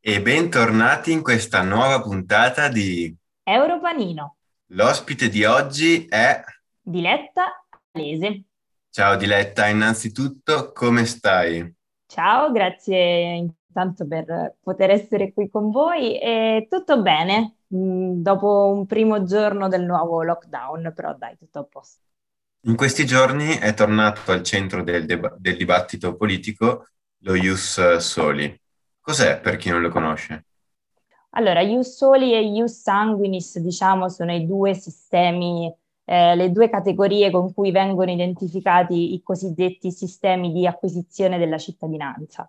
E bentornati in questa nuova puntata di... Europanino, L'ospite di oggi è... Diletta Alese. Ciao Diletta, innanzitutto come stai? Ciao, grazie intanto per poter essere qui con voi. E tutto bene, dopo un primo giorno del nuovo lockdown, però dai, tutto a posto. In questi giorni è tornato al centro del dibattito politico lo Ius Soli. Cos'è per chi non lo conosce? Allora, ius soli e ius sanguinis, diciamo, sono i due sistemi, le due categorie con cui vengono identificati i cosiddetti sistemi di acquisizione della cittadinanza.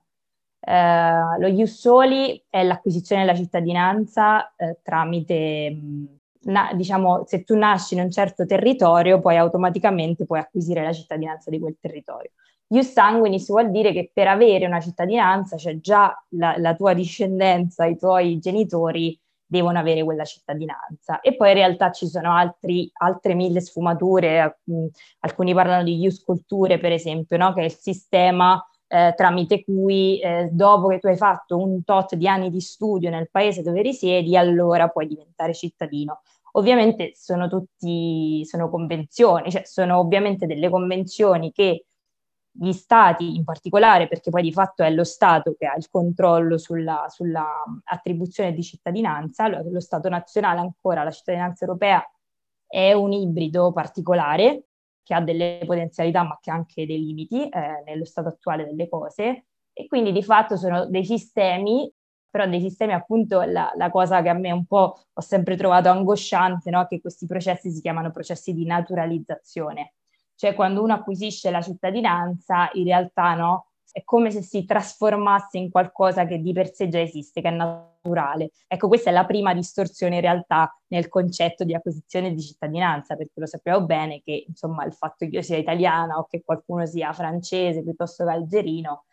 Lo ius soli è l'acquisizione della cittadinanza tramite, diciamo, se tu nasci in un certo territorio, poi automaticamente puoi acquisire la cittadinanza di quel territorio. Ius sanguinis vuol dire che per avere una cittadinanza, cioè già la tua discendenza, i tuoi genitori devono avere quella cittadinanza. E poi in realtà ci sono altre mille sfumature, alcuni parlano di ius culture, per esempio, no? Che è il sistema tramite cui dopo che tu hai fatto un tot di anni di studio nel paese dove risiedi, allora puoi diventare cittadino. Ovviamente sono convenzioni, cioè sono ovviamente delle convenzioni che gli stati in particolare, perché poi di fatto è lo Stato che ha il controllo sulla attribuzione di cittadinanza, lo Stato nazionale ancora, la cittadinanza europea è un ibrido particolare che ha delle potenzialità ma che ha anche dei limiti nello stato attuale delle cose e quindi di fatto sono dei sistemi, però dei sistemi appunto la cosa che a me un po' ho sempre trovato angosciante, no? Che questi processi si chiamano processi di naturalizzazione, cioè quando uno acquisisce la cittadinanza in realtà no? È come se si trasformasse in qualcosa che di per sé già esiste, che è naturale. Ecco, questa è la prima distorsione in realtà nel concetto di acquisizione di cittadinanza, perché lo sappiamo bene che insomma il fatto che io sia italiana o che qualcuno sia francese piuttosto che algerino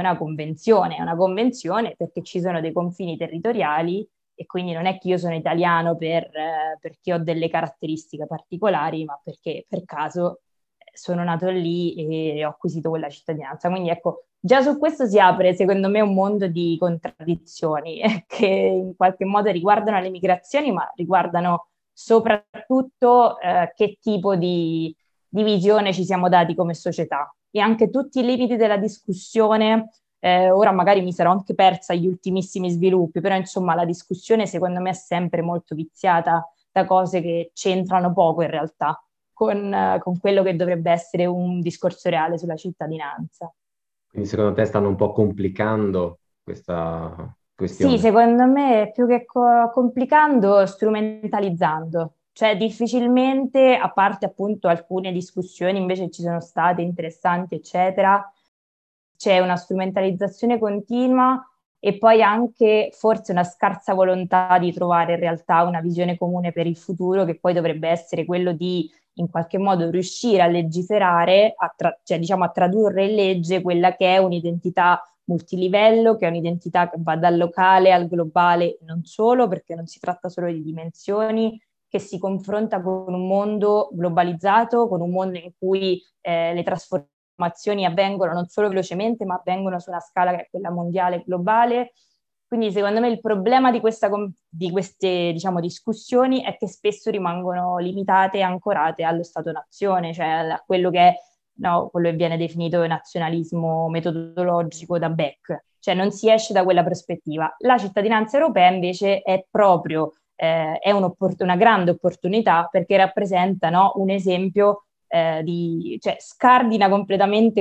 è una convenzione perché ci sono dei confini territoriali e quindi non è che io sono italiano perché ho delle caratteristiche particolari, ma perché per caso sono nato lì e ho acquisito quella cittadinanza. Quindi ecco, già su questo si apre, secondo me, un mondo di contraddizioni che in qualche modo riguardano le migrazioni, ma riguardano soprattutto che tipo di visione ci siamo dati come società e anche tutti i limiti della discussione. Ora magari mi sarò anche persa gli ultimissimi sviluppi, però insomma la discussione secondo me è sempre molto viziata da cose che c'entrano poco in realtà con quello che dovrebbe essere un discorso reale sulla cittadinanza. Quindi secondo te stanno un po' complicando questa Sì, questione? secondo me più che complicando, strumentalizzando. Cioè difficilmente, a parte appunto alcune discussioni invece ci sono state interessanti, eccetera, c'è una strumentalizzazione continua e poi anche forse una scarsa volontà di trovare in realtà una visione comune per il futuro, che poi dovrebbe essere quello di in qualche modo riuscire a legiferare, cioè diciamo a tradurre in legge quella che è un'identità multilivello, che è un'identità che va dal locale al globale, e non solo, perché non si tratta solo di dimensioni, che si confronta con un mondo globalizzato, con un mondo in cui le trasformazioni avvengono non solo velocemente, ma avvengono su una scala che è quella mondiale e globale. Quindi secondo me il problema di queste diciamo, discussioni è che spesso rimangono limitate e ancorate allo Stato-nazione, cioè a quello che è no, quello che viene definito nazionalismo metodologico da Beck, cioè non si esce da quella prospettiva. La cittadinanza europea invece è proprio è una grande opportunità perché rappresenta no, un esempio cioè scardina completamente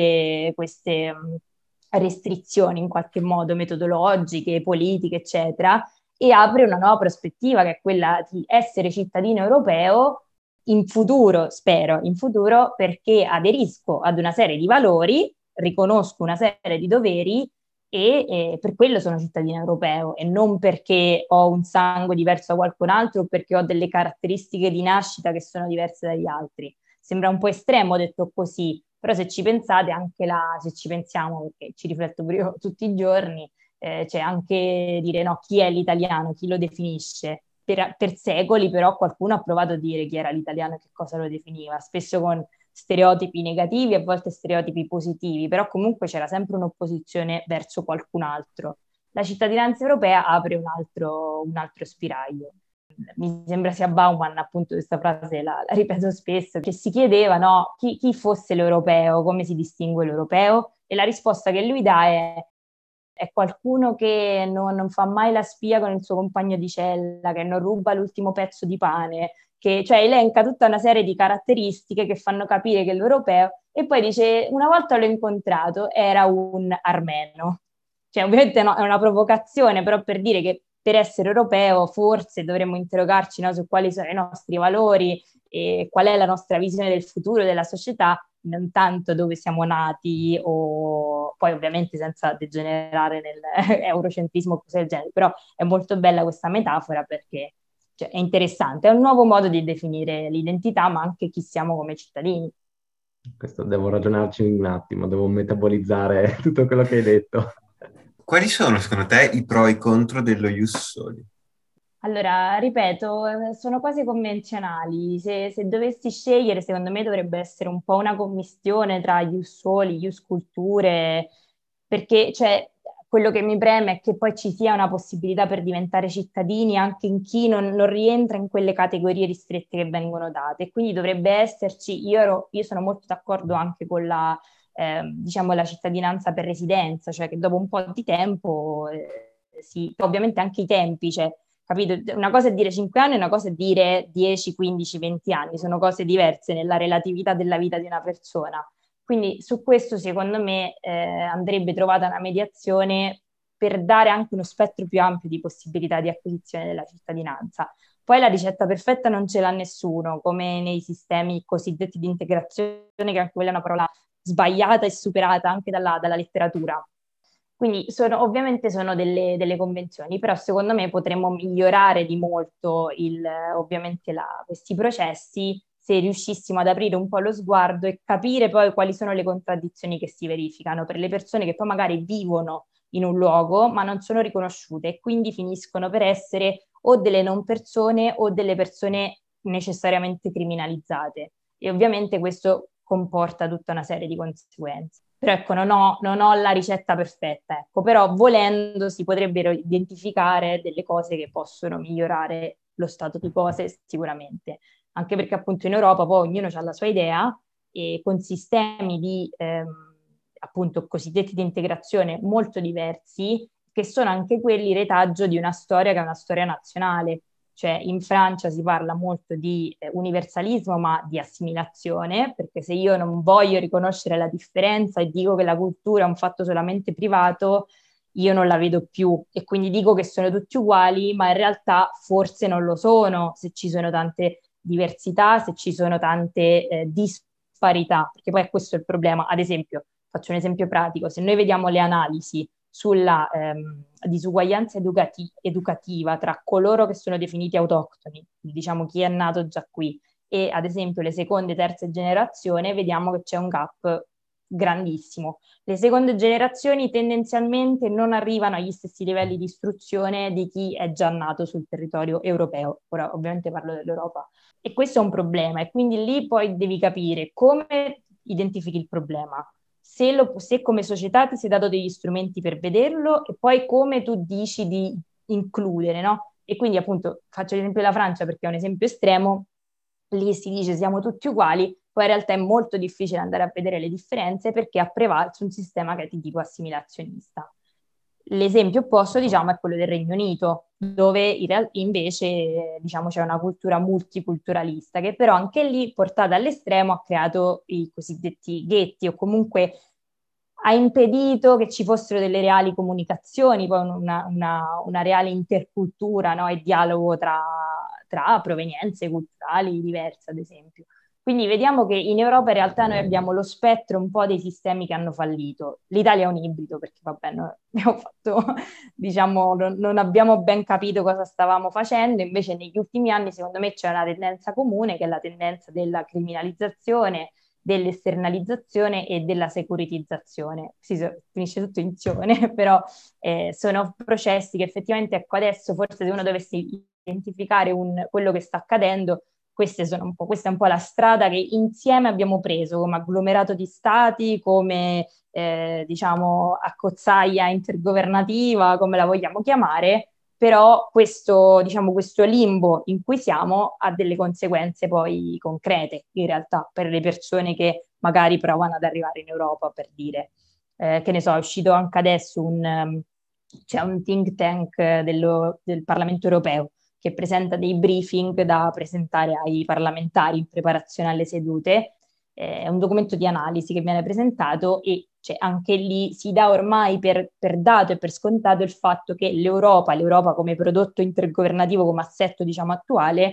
queste restrizioni in qualche modo metodologiche, politiche, eccetera, e apre una nuova prospettiva che è quella di essere cittadino europeo in futuro, spero, in futuro, perché aderisco ad una serie di valori, riconosco una serie di doveri e per quello sono cittadino europeo e non perché ho un sangue diverso da qualcun altro o perché ho delle caratteristiche di nascita che sono diverse dagli altri. Sembra un po' estremo detto così, però se ci pensate, anche là, se ci pensiamo, perché ci rifletto pure io tutti i giorni, c'è anche dire no, chi è l'italiano, chi lo definisce. Per secoli però qualcuno ha provato a dire chi era l'italiano e che cosa lo definiva, spesso con stereotipi negativi, a volte stereotipi positivi, però comunque c'era sempre un'opposizione verso qualcun altro. la cittadinanza europea apre un altro spiraglio. Mi sembra sia Bauman, appunto, questa frase la ripeto spesso, che si chiedeva, no, chi fosse l'europeo, come si distingue l'europeo? E la risposta che lui dà è qualcuno che non fa mai la spia con il suo compagno di cella, che non ruba l'ultimo pezzo di pane, che cioè elenca tutta una serie di caratteristiche che fanno capire che è l'europeo, e poi dice, una volta l'ho incontrato, era un armeno. Cioè, ovviamente no, è una provocazione, però per dire che per essere europeo forse dovremmo interrogarci, no, su quali sono i nostri valori e qual è la nostra visione del futuro della società, non tanto dove siamo nati, o poi ovviamente senza degenerare nel eurocentrismo o cose del genere, però è molto bella questa metafora perché, cioè, è interessante, è un nuovo modo di definire l'identità, ma anche chi siamo come cittadini. Questo devo ragionarci un attimo, devo metabolizzare tutto quello che hai detto. Quali sono secondo te i pro e i contro dello Ius Soli? Allora, ripeto, sono cose convenzionali. Se dovessi scegliere, secondo me dovrebbe essere un po' una commistione tra ius soli, ius culture, perché cioè, quello che mi preme è che poi ci sia una possibilità per diventare cittadini anche in chi non rientra in quelle categorie ristrette che vengono date. E quindi dovrebbe esserci, io sono molto d'accordo anche con diciamo, la cittadinanza per residenza, cioè che dopo un po' di tempo, ovviamente anche i tempi, cioè capito? Una cosa è dire 5 anni, una cosa è dire 10, 15, 20 anni, sono cose diverse nella relatività della vita di una persona. Quindi su questo secondo me andrebbe trovata una mediazione per dare anche uno spettro più ampio di possibilità di acquisizione della cittadinanza. Poi la ricetta perfetta non ce l'ha nessuno, come nei sistemi cosiddetti di integrazione, che anche quella è una parola sbagliata e superata anche dalla letteratura. Quindi ovviamente sono delle convenzioni, però secondo me potremmo migliorare di molto ovviamente questi processi se riuscissimo ad aprire un po' lo sguardo e capire poi quali sono le contraddizioni che si verificano per le persone che poi magari vivono in un luogo ma non sono riconosciute e quindi finiscono per essere o delle non persone o delle persone necessariamente criminalizzate. E ovviamente questo comporta tutta una serie di conseguenze. Però ecco, non ho la ricetta perfetta, ecco, però volendo si potrebbero identificare delle cose che possono migliorare lo stato di cose sicuramente, anche perché appunto in Europa poi ognuno ha la sua idea e con sistemi di appunto cosiddetti di integrazione molto diversi, che sono anche quelli retaggio di una storia che è una storia nazionale. Cioè in Francia si parla molto di universalismo, ma di assimilazione, perché se io non voglio riconoscere la differenza e dico che la cultura è un fatto solamente privato, io non la vedo più e quindi dico che sono tutti uguali, ma in realtà forse non lo sono, se ci sono tante diversità, se ci sono tante disparità, perché poi questo è il problema. Ad esempio, faccio un esempio pratico, se noi vediamo le analisi sulla disuguaglianza educativa tra coloro che sono definiti autoctoni, diciamo chi è nato già qui, e ad esempio le seconde e terze generazioni, vediamo che c'è un gap grandissimo. Le seconde generazioni tendenzialmente non arrivano agli stessi livelli di istruzione di chi è già nato sul territorio europeo. Ora ovviamente parlo dell'Europa. E questo è un problema e quindi lì poi devi capire come identifichi il problema, se come società ti sei dato degli strumenti per vederlo e poi come tu dici di includere, no? E quindi appunto faccio l'esempio della Francia perché è un esempio estremo, lì si dice siamo tutti uguali, poi in realtà è molto difficile andare a vedere le differenze perché ha prevalso un sistema che è di tipo assimilazionista. L'esempio opposto, diciamo, è quello del Regno Unito, dove invece, diciamo, c'è una cultura multiculturalista che però anche lì, portata all'estremo, ha creato i cosiddetti ghetti o comunque ha impedito che ci fossero delle reali comunicazioni, poi una reale intercultura, no? E dialogo tra provenienze culturali diverse, ad esempio. Quindi vediamo che in Europa in realtà noi abbiamo lo spettro un po' dei sistemi che hanno fallito. L'Italia è un ibrido perché vabbè, noi abbiamo fatto, diciamo, non abbiamo ben capito cosa stavamo facendo, invece negli ultimi anni secondo me c'è una tendenza comune che è la tendenza della criminalizzazione, dell'esternalizzazione e della securitizzazione. Finisce tutto insieme, però sono processi che effettivamente, ecco, adesso forse se uno dovesse identificare quello che sta accadendo, questa è un po' la strada che insieme abbiamo preso come agglomerato di stati, come diciamo accozzaglia intergovernativa, come la vogliamo chiamare, però diciamo, questo limbo in cui siamo ha delle conseguenze poi concrete in realtà per le persone che magari provano ad arrivare in Europa, per dire. Che ne so, è uscito anche adesso c'è un think tank del Parlamento europeo che presenta dei briefing da presentare ai parlamentari in preparazione alle sedute. È un documento di analisi che viene presentato e anche lì si dà ormai per dato e per scontato il fatto che l'Europa come prodotto intergovernativo, come assetto diciamo attuale,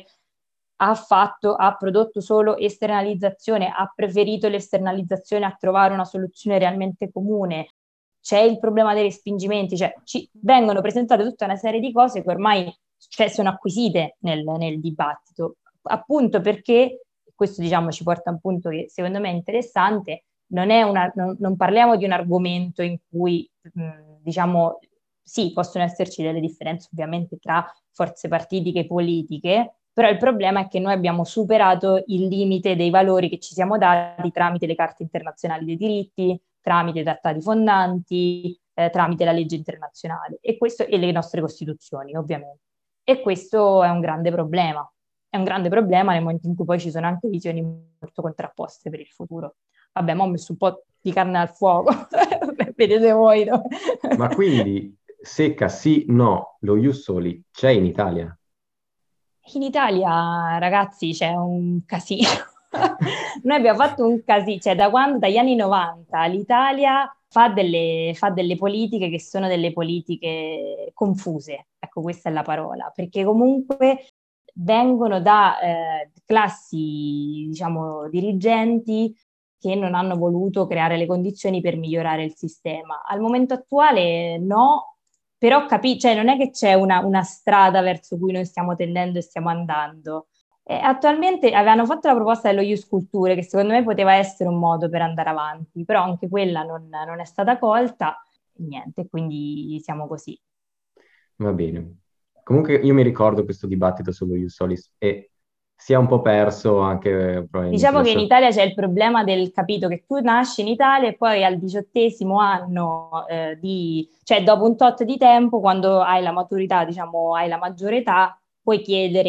ha prodotto solo esternalizzazione, ha preferito l'esternalizzazione a trovare una soluzione realmente comune. C'è il problema dei respingimenti, ci vengono presentate tutta una serie di cose che ormai sono acquisite nel dibattito, appunto perché, questo diciamo ci porta a un punto che secondo me è interessante, non parliamo di un argomento in cui diciamo sì, possono esserci delle differenze ovviamente tra forze partitiche e politiche, però il problema è che noi abbiamo superato il limite dei valori che ci siamo dati tramite le carte internazionali dei diritti, tramite i trattati fondanti, tramite la legge internazionale e le nostre costituzioni ovviamente. E questo è un grande problema. È un grande problema nel momento in cui poi ci sono anche visioni molto contrapposte per il futuro. Vabbè, mo ho messo un po' di carne al fuoco, vedete voi. No? Ma quindi, secca sì, no, lo Ius Soli c'è in Italia? In Italia, ragazzi, c'è un casino. Noi abbiamo fatto un casino, dagli anni 90 l'Italia fa delle politiche che sono delle politiche confuse, ecco questa è la parola, perché comunque vengono da classi, diciamo, dirigenti che non hanno voluto creare le condizioni per migliorare il sistema. Al momento attuale no, però non è che c'è una strada verso cui noi stiamo tendendo e stiamo andando. E attualmente avevano fatto la proposta dello Ius Culture, che secondo me poteva essere un modo per andare avanti, però anche quella non è stata colta, e niente, quindi siamo così. Va bene. Comunque io mi ricordo questo dibattito sullo Ius Solis e si è un po' perso anche probabilmente Diciamo che in adesso. Italia c'è il problema del capito che tu nasci in Italia e poi al 18° anno cioè dopo un tot di tempo, quando hai la maturità, diciamo, hai la maggiore età, puoi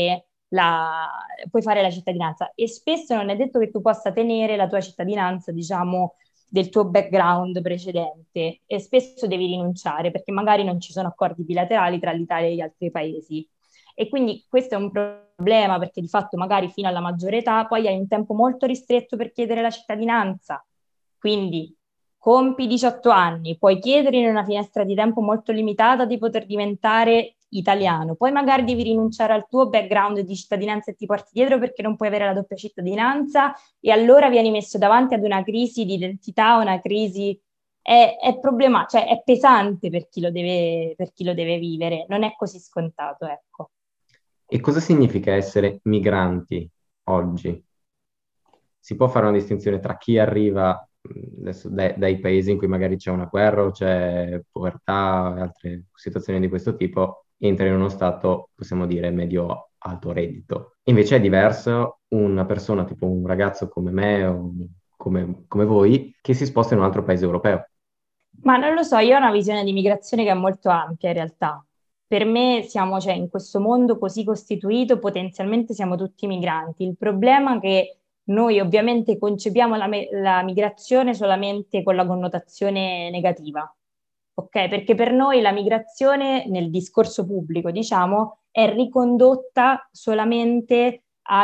puoi fare la cittadinanza. E spesso non è detto che tu possa tenere la tua cittadinanza, diciamo, del tuo background precedente e spesso devi rinunciare perché magari non ci sono accordi bilaterali tra l'Italia e gli altri paesi. E quindi questo è un problema perché di fatto magari fino alla maggiore età poi hai un tempo molto ristretto per chiedere la cittadinanza. Quindi compi 18 anni, puoi chiedere in una finestra di tempo molto limitata di poter diventare italiano, poi magari devi rinunciare al tuo background di cittadinanza e ti porti dietro perché non puoi avere la doppia cittadinanza e allora vieni messo davanti ad una crisi di identità, una crisi è problema, è pesante per chi lo deve vivere, non è così scontato, ecco. E cosa significa essere migranti oggi? Si può fare una distinzione tra chi arriva adesso dai paesi in cui magari c'è una guerra o c'è povertà e altre situazioni di questo tipo, entra in uno stato, possiamo dire, medio-alto reddito. Invece è diverso una persona, tipo un ragazzo come me o come voi, che si sposta in un altro paese europeo. Ma non lo so, io ho una visione di migrazione che è molto ampia in realtà. Per me siamo, in questo mondo così costituito, potenzialmente siamo tutti migranti. Il problema è che noi ovviamente concepiamo la migrazione solamente con la connotazione negativa, ok? Perché per noi la migrazione nel discorso pubblico, diciamo, è ricondotta solamente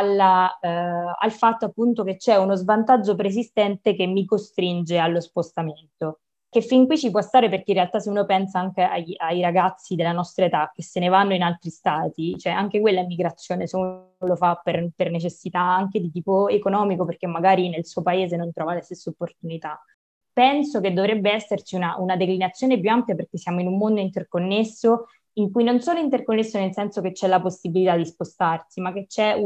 al fatto appunto che c'è uno svantaggio preesistente che mi costringe allo spostamento che fin qui ci può stare perché in realtà se uno pensa anche ai ragazzi della nostra età che se ne vanno in altri stati, cioè anche quella è migrazione, se uno lo fa per necessità anche di tipo economico perché magari nel suo paese non trova le stesse opportunità. Penso che dovrebbe esserci una declinazione più ampia perché siamo in un mondo interconnesso in cui non solo interconnesso nel senso che c'è la possibilità di spostarsi, ma che c'è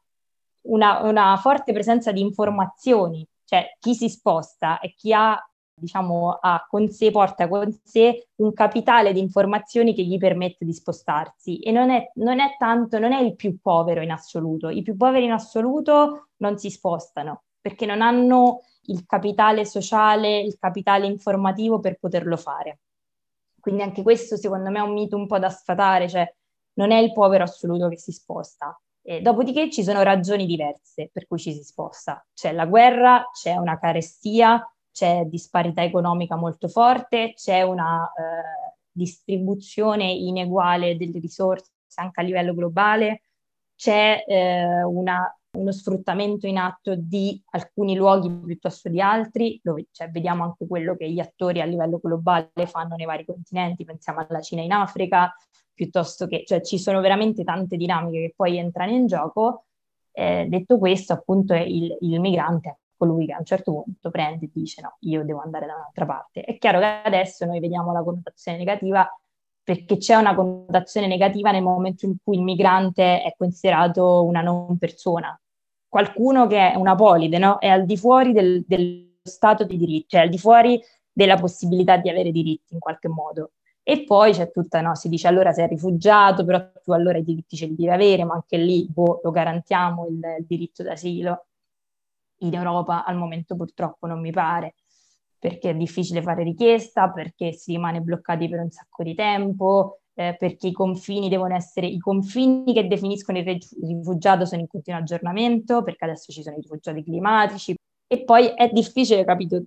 una forte presenza di informazioni, cioè chi si sposta e chi ha diciamo, porta con sé un capitale di informazioni che gli permette di spostarsi e non è il più povero in assoluto. I più poveri in assoluto non si spostano perché non hanno il capitale sociale, il capitale informativo per poterlo fare. Quindi anche questo secondo me è un mito un po' da sfatare, cioè non è il povero assoluto che si sposta. Dopodiché ci sono ragioni diverse per cui ci si sposta. C'è la guerra, c'è una carestia, c'è disparità economica molto forte, c'è una distribuzione ineguale delle risorse anche a livello globale, c'è uno sfruttamento in atto di alcuni luoghi piuttosto di altri, dove vediamo anche quello che gli attori a livello globale fanno nei vari continenti, pensiamo alla Cina in Africa, piuttosto che, cioè ci sono veramente tante dinamiche che poi entrano in gioco. Detto questo, appunto, il migrante è colui che a un certo punto prende e dice no, io devo andare da un'altra parte. È chiaro che adesso noi vediamo la connotazione negativa perché c'è una connotazione negativa nel momento in cui il migrante è considerato una non persona, qualcuno che è una apolide, no? È al di fuori dello stato di diritto, cioè al di fuori della possibilità di avere diritti in qualche modo. E poi c'è tutta, no, si dice allora sei rifugiato, però tu allora i diritti ce li devi avere, ma anche lì lo garantiamo il diritto d'asilo. In Europa al momento purtroppo non mi pare, perché è difficile fare richiesta, perché si rimane bloccati per un sacco di tempo, perché i confini devono essere, i confini che definiscono il rifugiato sono in continuo aggiornamento, perché adesso ci sono i rifugiati climatici, e poi è difficile, capito,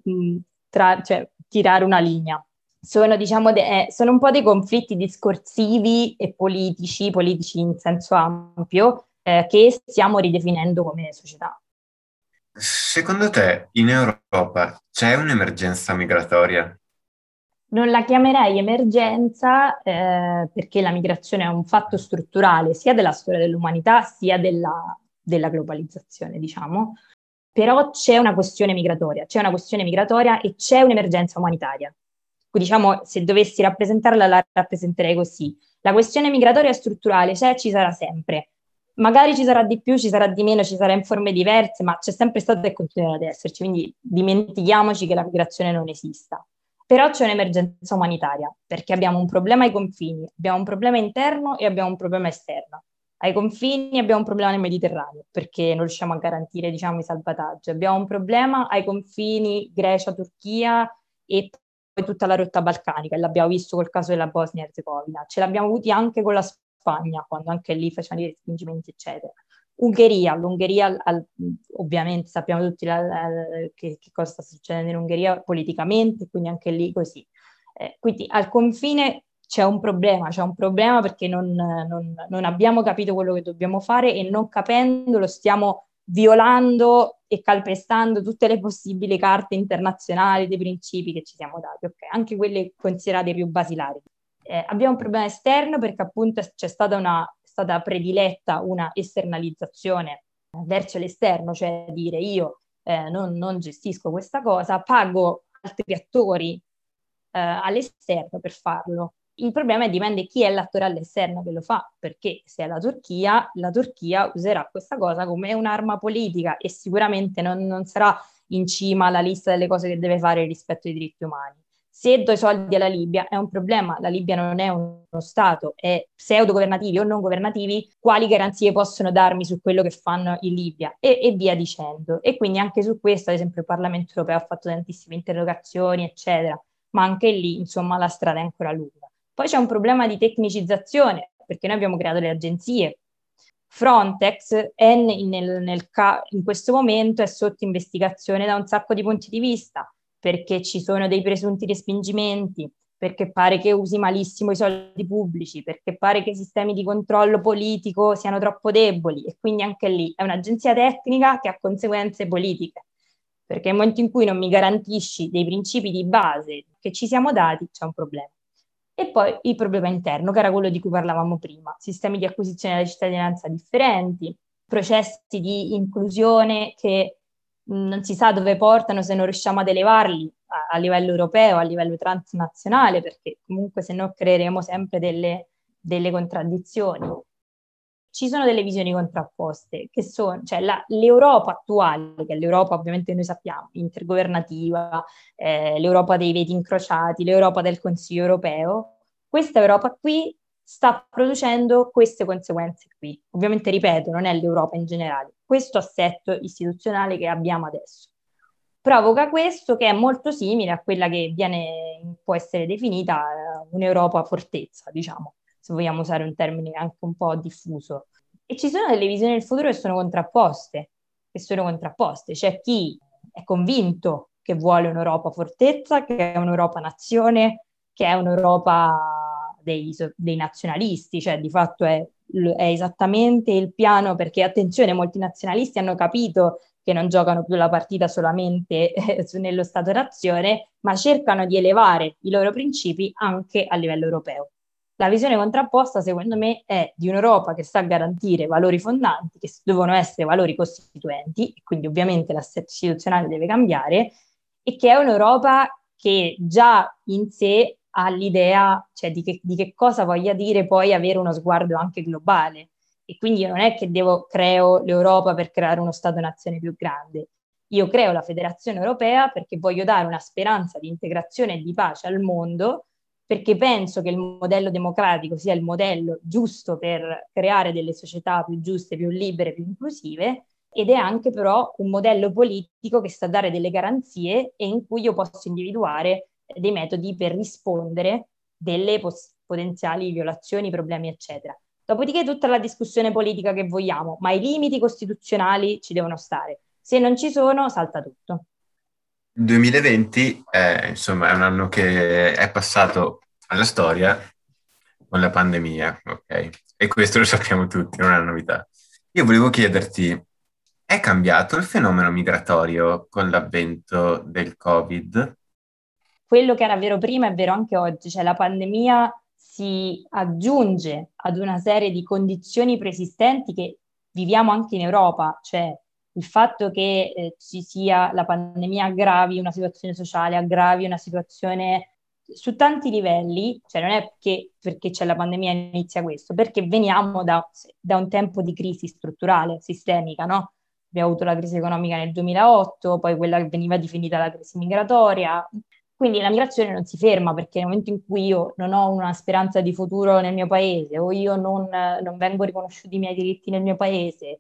tirare una linea. Sono, diciamo, sono un po' dei conflitti discorsivi e politici in senso ampio, che stiamo ridefinendo come società. Secondo te in Europa c'è un'emergenza migratoria? Non la chiamerei emergenza perché la migrazione è un fatto strutturale sia della storia dell'umanità sia della globalizzazione, diciamo. Però c'è una questione migratoria e c'è un'emergenza umanitaria. Diciamo, se dovessi rappresentarla, la rappresenterei così. La questione migratoria è strutturale, ci sarà sempre. Magari ci sarà di più, ci sarà di meno, ci sarà in forme diverse, ma c'è sempre stata e continuerà ad esserci, quindi dimentichiamoci che la migrazione non esista. Però c'è un'emergenza umanitaria, perché abbiamo un problema ai confini, abbiamo un problema interno e abbiamo un problema esterno. Ai confini abbiamo un problema nel Mediterraneo, perché non riusciamo a garantire, diciamo, i salvataggi. Abbiamo un problema ai confini Grecia-Turchia e poi tutta la rotta balcanica, e l'abbiamo visto col caso della Bosnia-Herzegovina. Ce l'abbiamo avuti anche con la Spagna, quando anche lì facevano i respingimenti, eccetera. L'Ungheria ovviamente sappiamo tutti che cosa sta succedendo in Ungheria politicamente, quindi anche lì così. Quindi al confine c'è un problema perché non abbiamo capito quello che dobbiamo fare e non capendolo stiamo violando e calpestando tutte le possibili carte internazionali, dei principi che ci siamo dati, okay? Anche quelle considerate più basilari. Abbiamo un problema esterno perché appunto è stata prediletta una esternalizzazione verso l'esterno, cioè dire io non gestisco questa cosa, pago altri attori all'esterno per farlo. Il problema è dipende chi è l'attore all'esterno che lo fa, perché se è la Turchia userà questa cosa come un'arma politica e sicuramente non sarà in cima alla lista delle cose che deve fare rispetto ai diritti umani. Se do i soldi alla Libia è un problema, la Libia non è uno Stato, è pseudo-governativi o non governativi, quali garanzie possono darmi su quello che fanno in Libia e via dicendo. E quindi anche su questo, ad esempio, il Parlamento europeo ha fatto tantissime interrogazioni, eccetera, ma anche lì, insomma, la strada è ancora lunga. Poi c'è un problema di tecnicizzazione, perché noi abbiamo creato le agenzie. Frontex in questo momento è sotto investigazione da un sacco di punti di vista, perché ci sono dei presunti respingimenti, perché pare che usi malissimo i soldi pubblici, perché pare che i sistemi di controllo politico siano troppo deboli e quindi anche lì è un'agenzia tecnica che ha conseguenze politiche, perché nel momento in cui non mi garantisci dei principi di base che ci siamo dati c'è un problema. E poi il problema interno, che era quello di cui parlavamo prima, sistemi di acquisizione della cittadinanza differenti, processi di inclusione che non si sa dove portano se non riusciamo ad elevarli a livello europeo, a livello transnazionale, perché comunque se no creeremo sempre delle contraddizioni. ci sono delle visioni contrapposte, che sono, cioè l'Europa attuale, che è l'Europa ovviamente noi sappiamo, intergovernativa, l'Europa dei veti incrociati, l'Europa del Consiglio europeo, questa Europa qui sta producendo queste conseguenze qui. Ovviamente, ripeto, non è l'Europa in generale, questo assetto istituzionale che abbiamo adesso. Provoca questo che è molto simile a quella che può essere definita un'Europa fortezza, diciamo, se vogliamo usare un termine anche un po' diffuso. E ci sono delle visioni del futuro che sono contrapposte. C'è chi è convinto che vuole un'Europa fortezza, che è un'Europa nazione, che è un'Europa dei nazionalisti, cioè di fatto è esattamente il piano, perché attenzione, molti nazionalisti hanno capito che non giocano più la partita solamente nello Stato-nazione, ma cercano di elevare i loro principi anche a livello europeo. La visione contrapposta, secondo me, è di un'Europa che sa garantire valori fondanti, che devono essere valori costituenti, e quindi ovviamente l'assetto istituzionale deve cambiare, e che è un'Europa che già in sé ha l'idea, cioè di che cosa voglia dire poi avere uno sguardo anche globale. E quindi io non è che creo l'Europa per creare uno Stato-nazione più grande. Io creo la Federazione Europea perché voglio dare una speranza di integrazione e di pace al mondo, perché penso che il modello democratico sia il modello giusto per creare delle società più giuste, più libere, più inclusive, ed è anche però un modello politico che sta a dare delle garanzie e in cui io posso individuare dei metodi per rispondere delle potenziali violazioni, problemi, eccetera. Dopodiché tutta la discussione politica che vogliamo, ma i limiti costituzionali ci devono stare. Se non ci sono, salta tutto. Il 2020 insomma, è un anno che è passato alla storia con la pandemia, ok? E questo lo sappiamo tutti, non è una novità. Io volevo chiederti, è cambiato il fenomeno migratorio con l'avvento del Covid? Quello che era vero prima è vero anche oggi, cioè la pandemia si aggiunge ad una serie di condizioni preesistenti che viviamo anche in Europa, cioè il fatto che ci sia la pandemia aggravi una situazione sociale, aggravi una situazione su tanti livelli, cioè non è che perché c'è la pandemia inizia questo, perché veniamo da un tempo di crisi strutturale, sistemica, no? Abbiamo avuto la crisi economica nel 2008, poi quella che veniva definita la crisi migratoria. Quindi la migrazione non si ferma, perché nel momento in cui io non ho una speranza di futuro nel mio paese o io non vengo riconosciuti i miei diritti nel mio paese,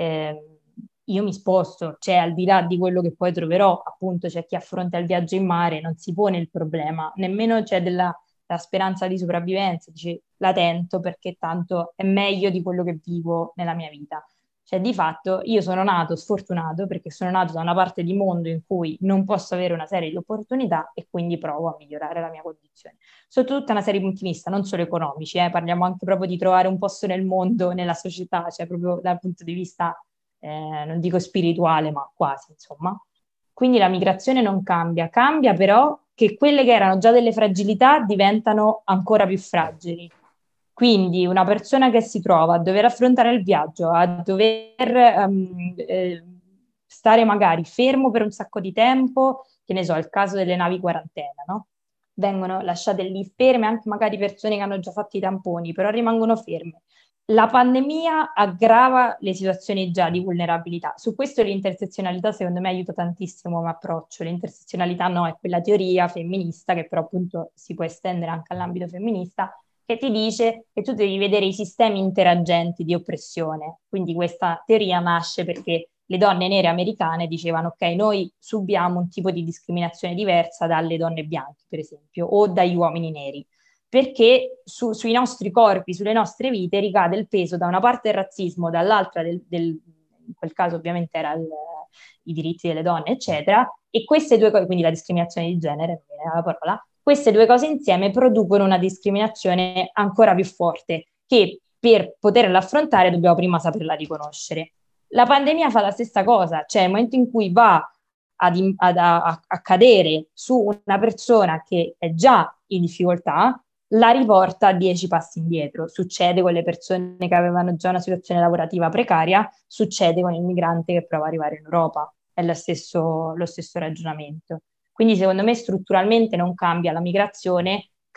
io mi sposto, cioè al di là di quello che poi troverò, appunto c'è chi affronta il viaggio in mare, non si pone il problema, nemmeno c'è della speranza di sopravvivenza, dice la tento perché tanto è meglio di quello che vivo nella mia vita. Cioè, di fatto, io sono nato sfortunato perché sono nato da una parte di mondo in cui non posso avere una serie di opportunità e quindi provo a migliorare la mia condizione. Sotto tutta una serie di punti di vista, non solo economici, parliamo anche proprio di trovare un posto nel mondo, nella società, cioè proprio dal punto di vista, non dico spirituale, ma quasi, insomma. Quindi la migrazione non cambia, cambia però che quelle che erano già delle fragilità diventano ancora più fragili. Quindi una persona che si trova a dover affrontare il viaggio, a dover stare magari fermo per un sacco di tempo, che ne so, il caso delle navi quarantena, no? Vengono lasciate lì ferme anche magari persone che hanno già fatto i tamponi, però rimangono ferme. La pandemia aggrava le situazioni già di vulnerabilità. Su questo l'intersezionalità secondo me aiuta tantissimo come approccio. L'intersezionalità no, è quella teoria femminista che però appunto si può estendere anche all'ambito femminista, che ti dice che tu devi vedere i sistemi interagenti di oppressione. Quindi questa teoria nasce perché le donne nere americane dicevano ok, noi subiamo un tipo di discriminazione diversa dalle donne bianche, per esempio, o dagli uomini neri, perché sui nostri corpi, sulle nostre vite ricade il peso da una parte del razzismo, dall'altra in quel caso ovviamente era i diritti delle donne, eccetera, e queste due cose, quindi la discriminazione di genere, non viene la parola, queste due cose insieme producono una discriminazione ancora più forte, che per poterla affrontare dobbiamo prima saperla riconoscere. La pandemia fa la stessa cosa, cioè nel momento in cui va a cadere su una persona che è già in difficoltà, la riporta 10 passi indietro. Succede con le persone che avevano già una situazione lavorativa precaria, succede con il migrante che prova ad arrivare in Europa. È lo stesso ragionamento. Quindi secondo me strutturalmente non cambia la migrazione,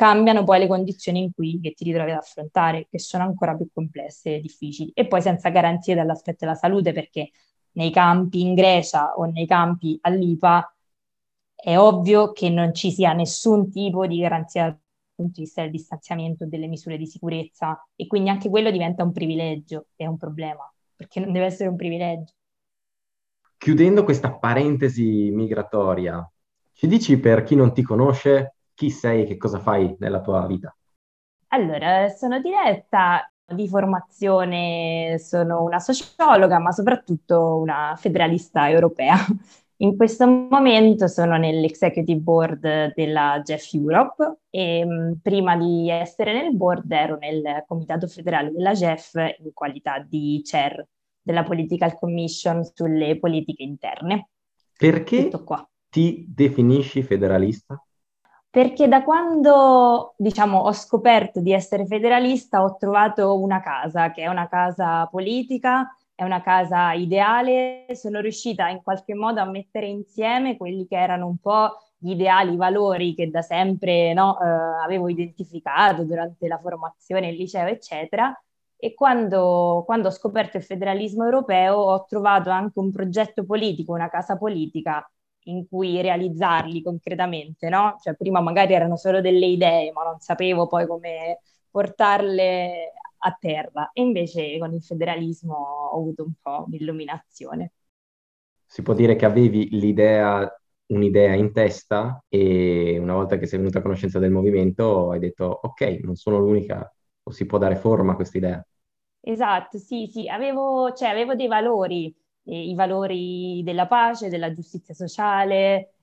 cambiano poi le condizioni in cui che ti ritrovi ad affrontare, che sono ancora più complesse e difficili. E poi senza garanzie dall'aspetto della salute, perché nei campi in Grecia o nei campi all'IPA è ovvio che non ci sia nessun tipo di garanzia dal punto di vista del distanziamento, delle misure di sicurezza, e quindi anche quello diventa un privilegio, è un problema, perché non deve essere un privilegio. Chiudendo questa parentesi migratoria, ci dici per chi non ti conosce chi sei e che cosa fai nella tua vita? Allora, sono diretta di formazione, sono una sociologa, ma soprattutto una federalista europea. In questo momento sono nell'Executive Board della GEF Europe e prima di essere nel board ero nel Comitato federale della GEF in qualità di chair della Political Commission sulle politiche interne. Perché Tutto qua. ti definisci federalista? Perché da quando, diciamo, ho scoperto di essere federalista, ho trovato una casa, che è una casa politica, è una casa ideale. Sono riuscita in qualche modo a mettere insieme quelli che erano un po' gli ideali, i valori che da sempre, no, avevo identificato durante la formazione, il liceo, eccetera. E quando ho scoperto il federalismo europeo, ho trovato anche un progetto politico, una casa politica in cui realizzarli concretamente, no? Cioè prima magari erano solo delle idee, ma non sapevo poi come portarle a terra. E invece con il federalismo ho avuto un po' l'illuminazione. Si può dire che avevi un'idea in testa e una volta che sei venuta a conoscenza del movimento hai detto ok, non sono l'unica, o si può dare forma a questa idea. Esatto, sì, sì, avevo dei valori, i valori della pace, della giustizia sociale,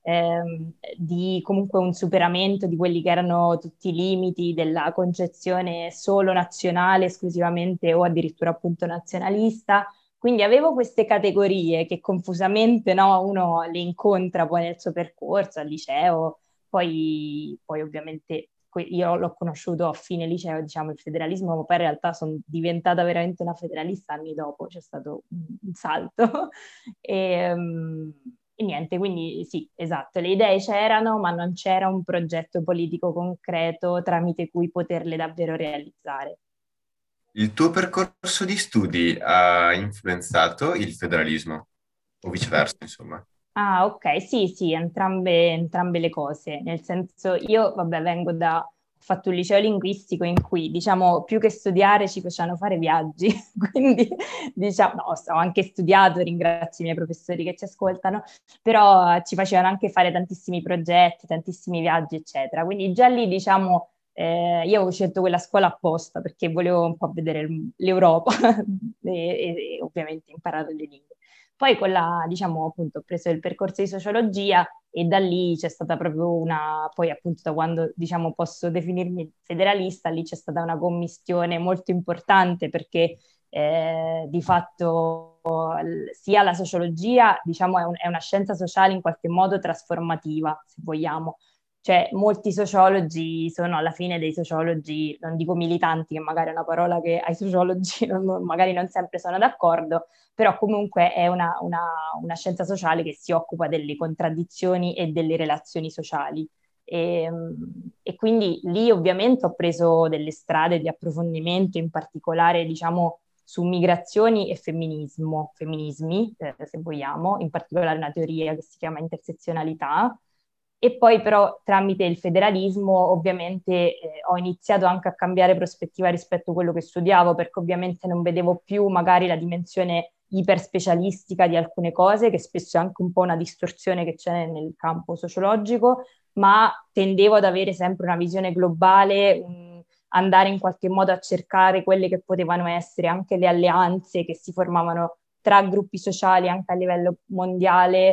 di comunque un superamento di quelli che erano tutti i limiti della concezione solo nazionale, esclusivamente o addirittura appunto nazionalista. Quindi avevo queste categorie che confusamente, no, uno le incontra poi nel suo percorso al liceo, poi ovviamente io l'ho conosciuto a fine liceo, diciamo, il federalismo, ma poi in realtà sono diventata veramente una federalista anni dopo, c'è stato un salto. E, e niente, quindi sì, esatto, le idee c'erano, ma non c'era un progetto politico concreto tramite cui poterle davvero realizzare. Il tuo percorso di studi ha influenzato il federalismo, o viceversa, insomma. Ah, ok, sì, sì, entrambe le cose, nel senso io, vabbè, ho fatto un liceo linguistico in cui, diciamo, più che studiare ci facevano fare viaggi, quindi, diciamo, no, ho anche studiato, ringrazio i miei professori che ci ascoltano, però ci facevano anche fare tantissimi progetti, tantissimi viaggi, eccetera, quindi già lì, diciamo, io avevo scelto quella scuola apposta perché volevo un po' vedere l'Europa e ovviamente imparare le lingue. Poi diciamo, appunto, ho preso il percorso di sociologia e da lì c'è stata proprio poi appunto da quando, diciamo, posso definirmi federalista, lì c'è stata una commistione molto importante perché di fatto sia la sociologia, diciamo, è una scienza sociale in qualche modo trasformativa, se vogliamo. Cioè, molti sociologi sono alla fine dei sociologi, non dico militanti, che magari è una parola che ai sociologi magari non sempre sono d'accordo, però comunque è una scienza sociale che si occupa delle contraddizioni e delle relazioni sociali. E, e quindi lì ovviamente ho preso delle strade di approfondimento, in particolare diciamo su migrazioni e femminismi, se vogliamo, in particolare una teoria che si chiama intersezionalità. E poi però tramite il federalismo ovviamente ho iniziato anche a cambiare prospettiva rispetto a quello che studiavo, perché ovviamente non vedevo più magari la dimensione iperspecialistica di alcune cose, che spesso è anche un po' una distorsione che c'è nel campo sociologico, ma tendevo ad avere sempre una visione globale, andare in qualche modo a cercare quelle che potevano essere anche le alleanze che si formavano tra gruppi sociali anche a livello mondiale.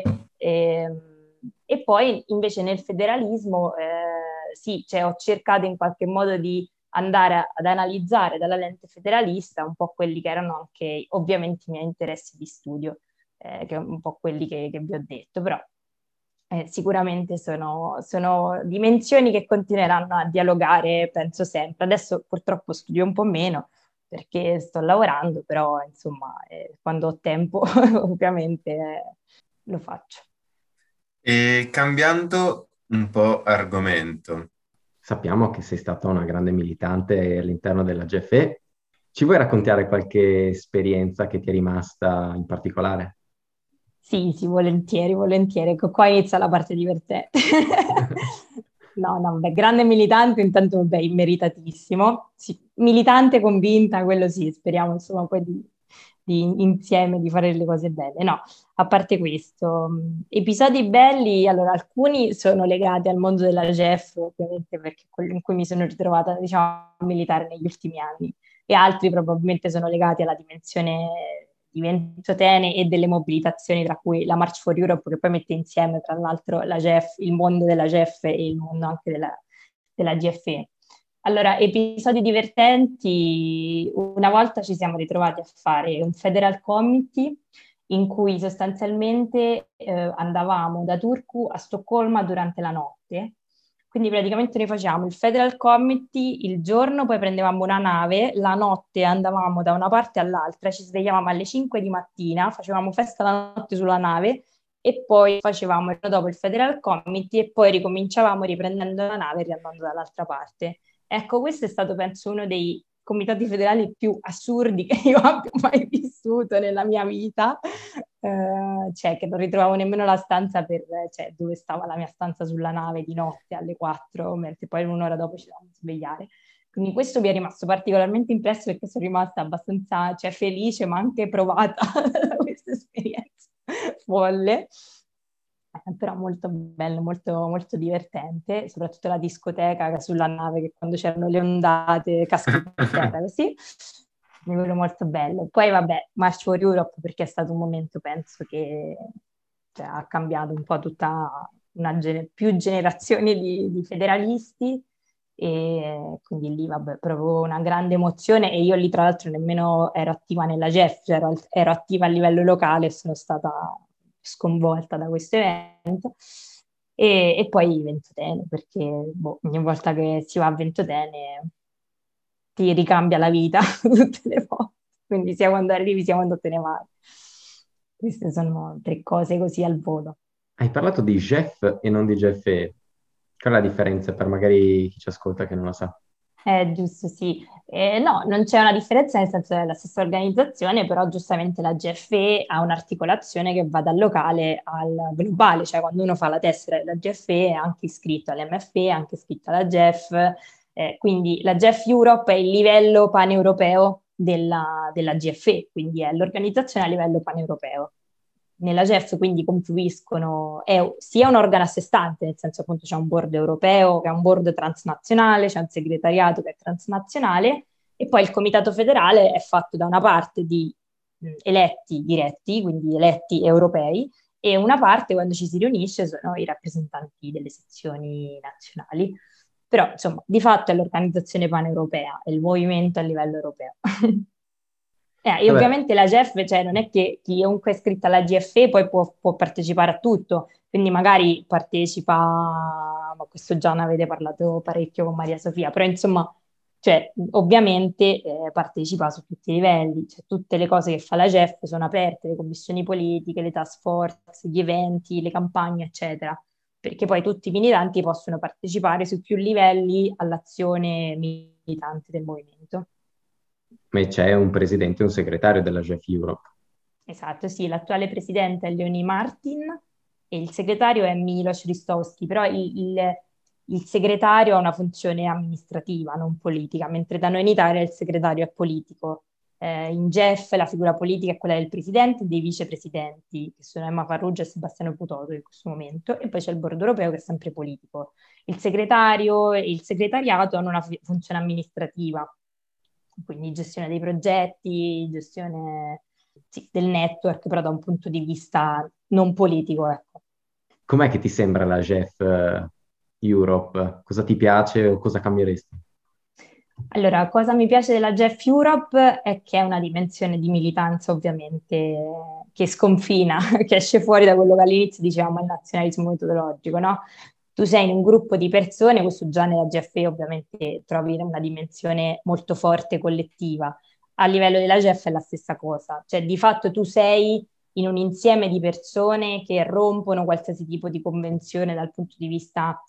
E poi invece nel federalismo, sì, cioè ho cercato in qualche modo di andare ad analizzare dalla lente federalista un po' quelli che erano anche ovviamente i miei interessi di studio, che è un po' quelli che vi ho detto, però sicuramente sono dimensioni che continueranno a dialogare, penso sempre. Adesso purtroppo studio un po' meno perché sto lavorando, però insomma, quando ho tempo ovviamente lo faccio. E cambiando un po' argomento, sappiamo che sei stata una grande militante all'interno della GFE. Ci vuoi raccontare qualche esperienza che ti è rimasta in particolare? Sì, sì, volentieri, volentieri. Ecco, qua inizia la parte divertente. No, no, beh, grande militante, intanto, vabbè, immeritatissimo. Sì, militante convinta, quello sì, speriamo, insomma, poi insieme di fare le cose belle. No, a parte questo, episodi belli, allora, alcuni sono legati al mondo della GEF, ovviamente, perché è quello in cui mi sono ritrovata, diciamo, a militare negli ultimi anni, e altri probabilmente sono legati alla dimensione di Ventotene e delle mobilitazioni, tra cui la March for Europe, che poi mette insieme, tra l'altro, la GEF, il mondo della GEF e il mondo anche della GFE. Allora, episodi divertenti, una volta ci siamo ritrovati a fare un Federal Committee in cui sostanzialmente andavamo da Turku a Stoccolma durante la notte. Quindi praticamente noi facevamo il Federal Committee il giorno, poi prendevamo una nave, la notte andavamo da una parte all'altra, ci svegliavamo alle 5 di mattina, facevamo festa la notte sulla nave e poi facevamo il giorno dopo il Federal Committee e poi ricominciavamo riprendendo la nave e riandando dall'altra parte. Ecco, questo è stato, penso, uno dei comitati federali più assurdi che io abbia mai vissuto nella mia vita, cioè che non ritrovavo nemmeno la stanza cioè, dove stava la mia stanza sulla nave di notte alle 4, mentre poi un'ora dopo ci dovevamo svegliare. Quindi questo mi è rimasto particolarmente impresso perché sono rimasta abbastanza, cioè, felice ma anche provata da questa esperienza folle. Però molto bello, molto, molto divertente, soprattutto la discoteca sulla nave che quando c'erano le ondate caschi per terra, così. Quindi quello molto bello. Poi vabbè, March for Europe perché è stato un momento, penso, che cioè, ha cambiato un po' tutta più generazioni di federalisti e quindi lì vabbè, proprio una grande emozione e io lì tra l'altro nemmeno ero attiva nella GEF, cioè ero attiva a livello locale e sono stata sconvolta da questo evento. E poi Ventotene, perché boh, ogni volta che si va a Ventotene ti ricambia la vita tutte le volte, quindi sia quando arrivi sia quando te ne vai. Queste sono tre cose così al volo. Hai parlato di GEF e non di GFE. Qual è la differenza per magari chi ci ascolta che non lo sa? Giusto, sì. No, non c'è una differenza, nel senso che è la stessa organizzazione, però giustamente la GFE ha un'articolazione che va dal locale al globale, cioè quando uno fa la tessera della GFE è anche iscritto all'MFE, è anche iscritto alla GEF, quindi la GEF Europe è il livello paneuropeo della GFE, quindi è l'organizzazione a livello paneuropeo. Nella GEF quindi confluiscono, è sia un organo a sé stante, nel senso appunto c'è un board europeo che è un board transnazionale, c'è un segretariato che è transnazionale e poi il comitato federale è fatto da una parte di eletti diretti, quindi eletti europei, e una parte quando ci si riunisce sono i rappresentanti delle sezioni nazionali. Però insomma di fatto è l'organizzazione paneuropea, è il movimento a livello europeo. E Vabbè, ovviamente la GEF, cioè non è che chiunque è iscritto alla GFE poi può partecipare a tutto, quindi magari partecipa, ma questo già ne avete parlato parecchio con Maria Sofia, però insomma, cioè, ovviamente partecipa su tutti i livelli, cioè, tutte le cose che fa la GEF sono aperte, le commissioni politiche, le task force, gli eventi, le campagne, eccetera, perché poi tutti i militanti possono partecipare su più livelli all'azione militante del movimento. ma c'è un presidente e un segretario della GEF Europe. Esatto, sì, l'attuale presidente è Leonie Martin e il segretario è Miloš Ristovski, però il segretario ha una funzione amministrativa, non politica, mentre da noi in Italia il segretario è politico. In GEF la figura politica è quella del presidente e dei vicepresidenti, che sono Emma Farrugia e Sebastiano Putoto in questo momento, e poi c'è il board europeo che è sempre politico. Il segretario e il segretariato hanno una funzione amministrativa, quindi gestione dei progetti, gestione sì, del network, però da un punto di vista non politico, ecco. Com'è che ti sembra la GEF Europe? Cosa ti piace o cosa cambieresti? Allora, cosa mi piace della Jeff Europe è che è una dimensione di militanza ovviamente che sconfina, che esce fuori da quello che all'inizio dicevamo il nazionalismo metodologico, no? Tu sei in un gruppo di persone, questo già nella GFE ovviamente trovi una dimensione molto forte collettiva. A livello della GEF è la stessa cosa, cioè di fatto tu sei in un insieme di persone che rompono qualsiasi tipo di convenzione dal punto di vista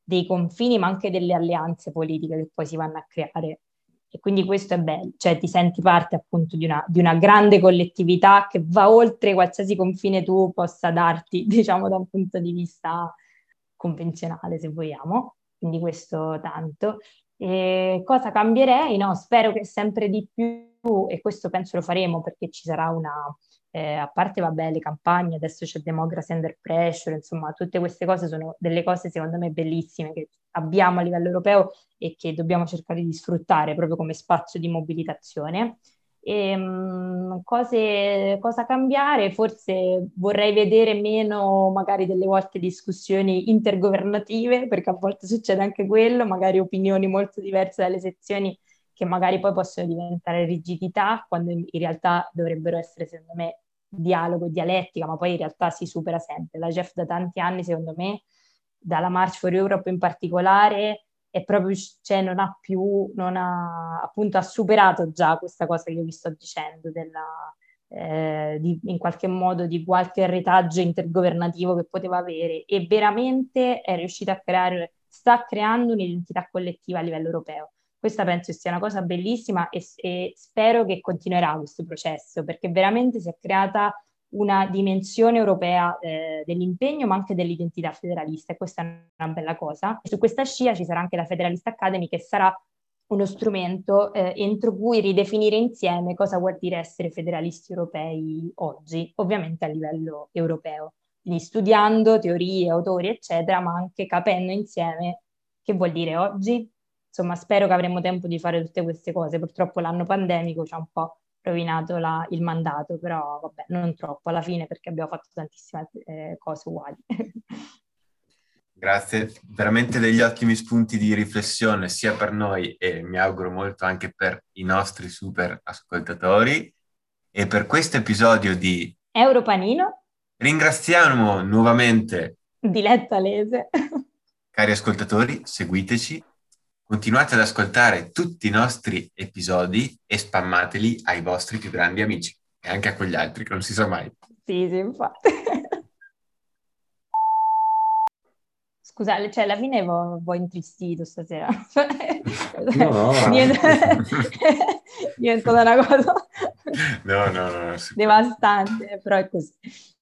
dei confini, ma anche delle alleanze politiche che poi si vanno a creare. E quindi questo è bello, cioè ti senti parte appunto di una grande collettività che va oltre qualsiasi confine tu possa darti, diciamo, da un punto di vista convenzionale, se vogliamo. Quindi questo tanto. E cosa cambierei? No, spero che sempre di più, e questo penso lo faremo perché ci sarà a parte vabbè le campagne, adesso c'è Democracy Under Pressure, insomma tutte queste cose sono delle cose secondo me bellissime che abbiamo a livello europeo e che dobbiamo cercare di sfruttare proprio come spazio di mobilitazione. Cosa cambiare? Forse vorrei vedere meno magari delle volte discussioni intergovernative, perché a volte succede anche quello, magari opinioni molto diverse dalle sezioni che magari poi possono diventare rigidità, quando in realtà dovrebbero essere, secondo me, dialogo e dialettica, ma poi in realtà si supera sempre. La GEF da tanti anni, secondo me, dalla March for Europe in particolare, è proprio, cioè appunto ha superato già questa cosa che vi sto dicendo, in qualche modo di qualche retaggio intergovernativo che poteva avere, e veramente è riuscita a sta creando un'identità collettiva a livello europeo. Questa penso sia una cosa bellissima e spero che continuerà questo processo, perché veramente si è creata una dimensione europea dell'impegno, ma anche dell'identità federalista, e questa è una bella cosa. E su questa scia ci sarà anche la Federalist Academy, che sarà uno strumento entro cui ridefinire insieme cosa vuol dire essere federalisti europei oggi, ovviamente a livello europeo, quindi studiando teorie, autori, eccetera, ma anche capendo insieme che vuol dire oggi. Insomma, spero che avremo tempo di fare tutte queste cose. Purtroppo l'anno pandemico ci ha un po' rovinato il mandato, però vabbè, non troppo alla fine perché abbiamo fatto tantissime cose uguali. Grazie, veramente degli ottimi spunti di riflessione sia per noi e mi auguro molto anche per i nostri super ascoltatori. E per questo episodio di Europanino ringraziamo nuovamente, Diletta Lese. cari ascoltatori, seguiteci, continuate ad ascoltare tutti i nostri episodi e spammateli ai vostri più grandi amici e anche a quegli altri che non si sa mai. Sì, infatti. Scusa, cioè alla fine vo' intristito stasera. No. Diventa una cosa No. devastante, però è così.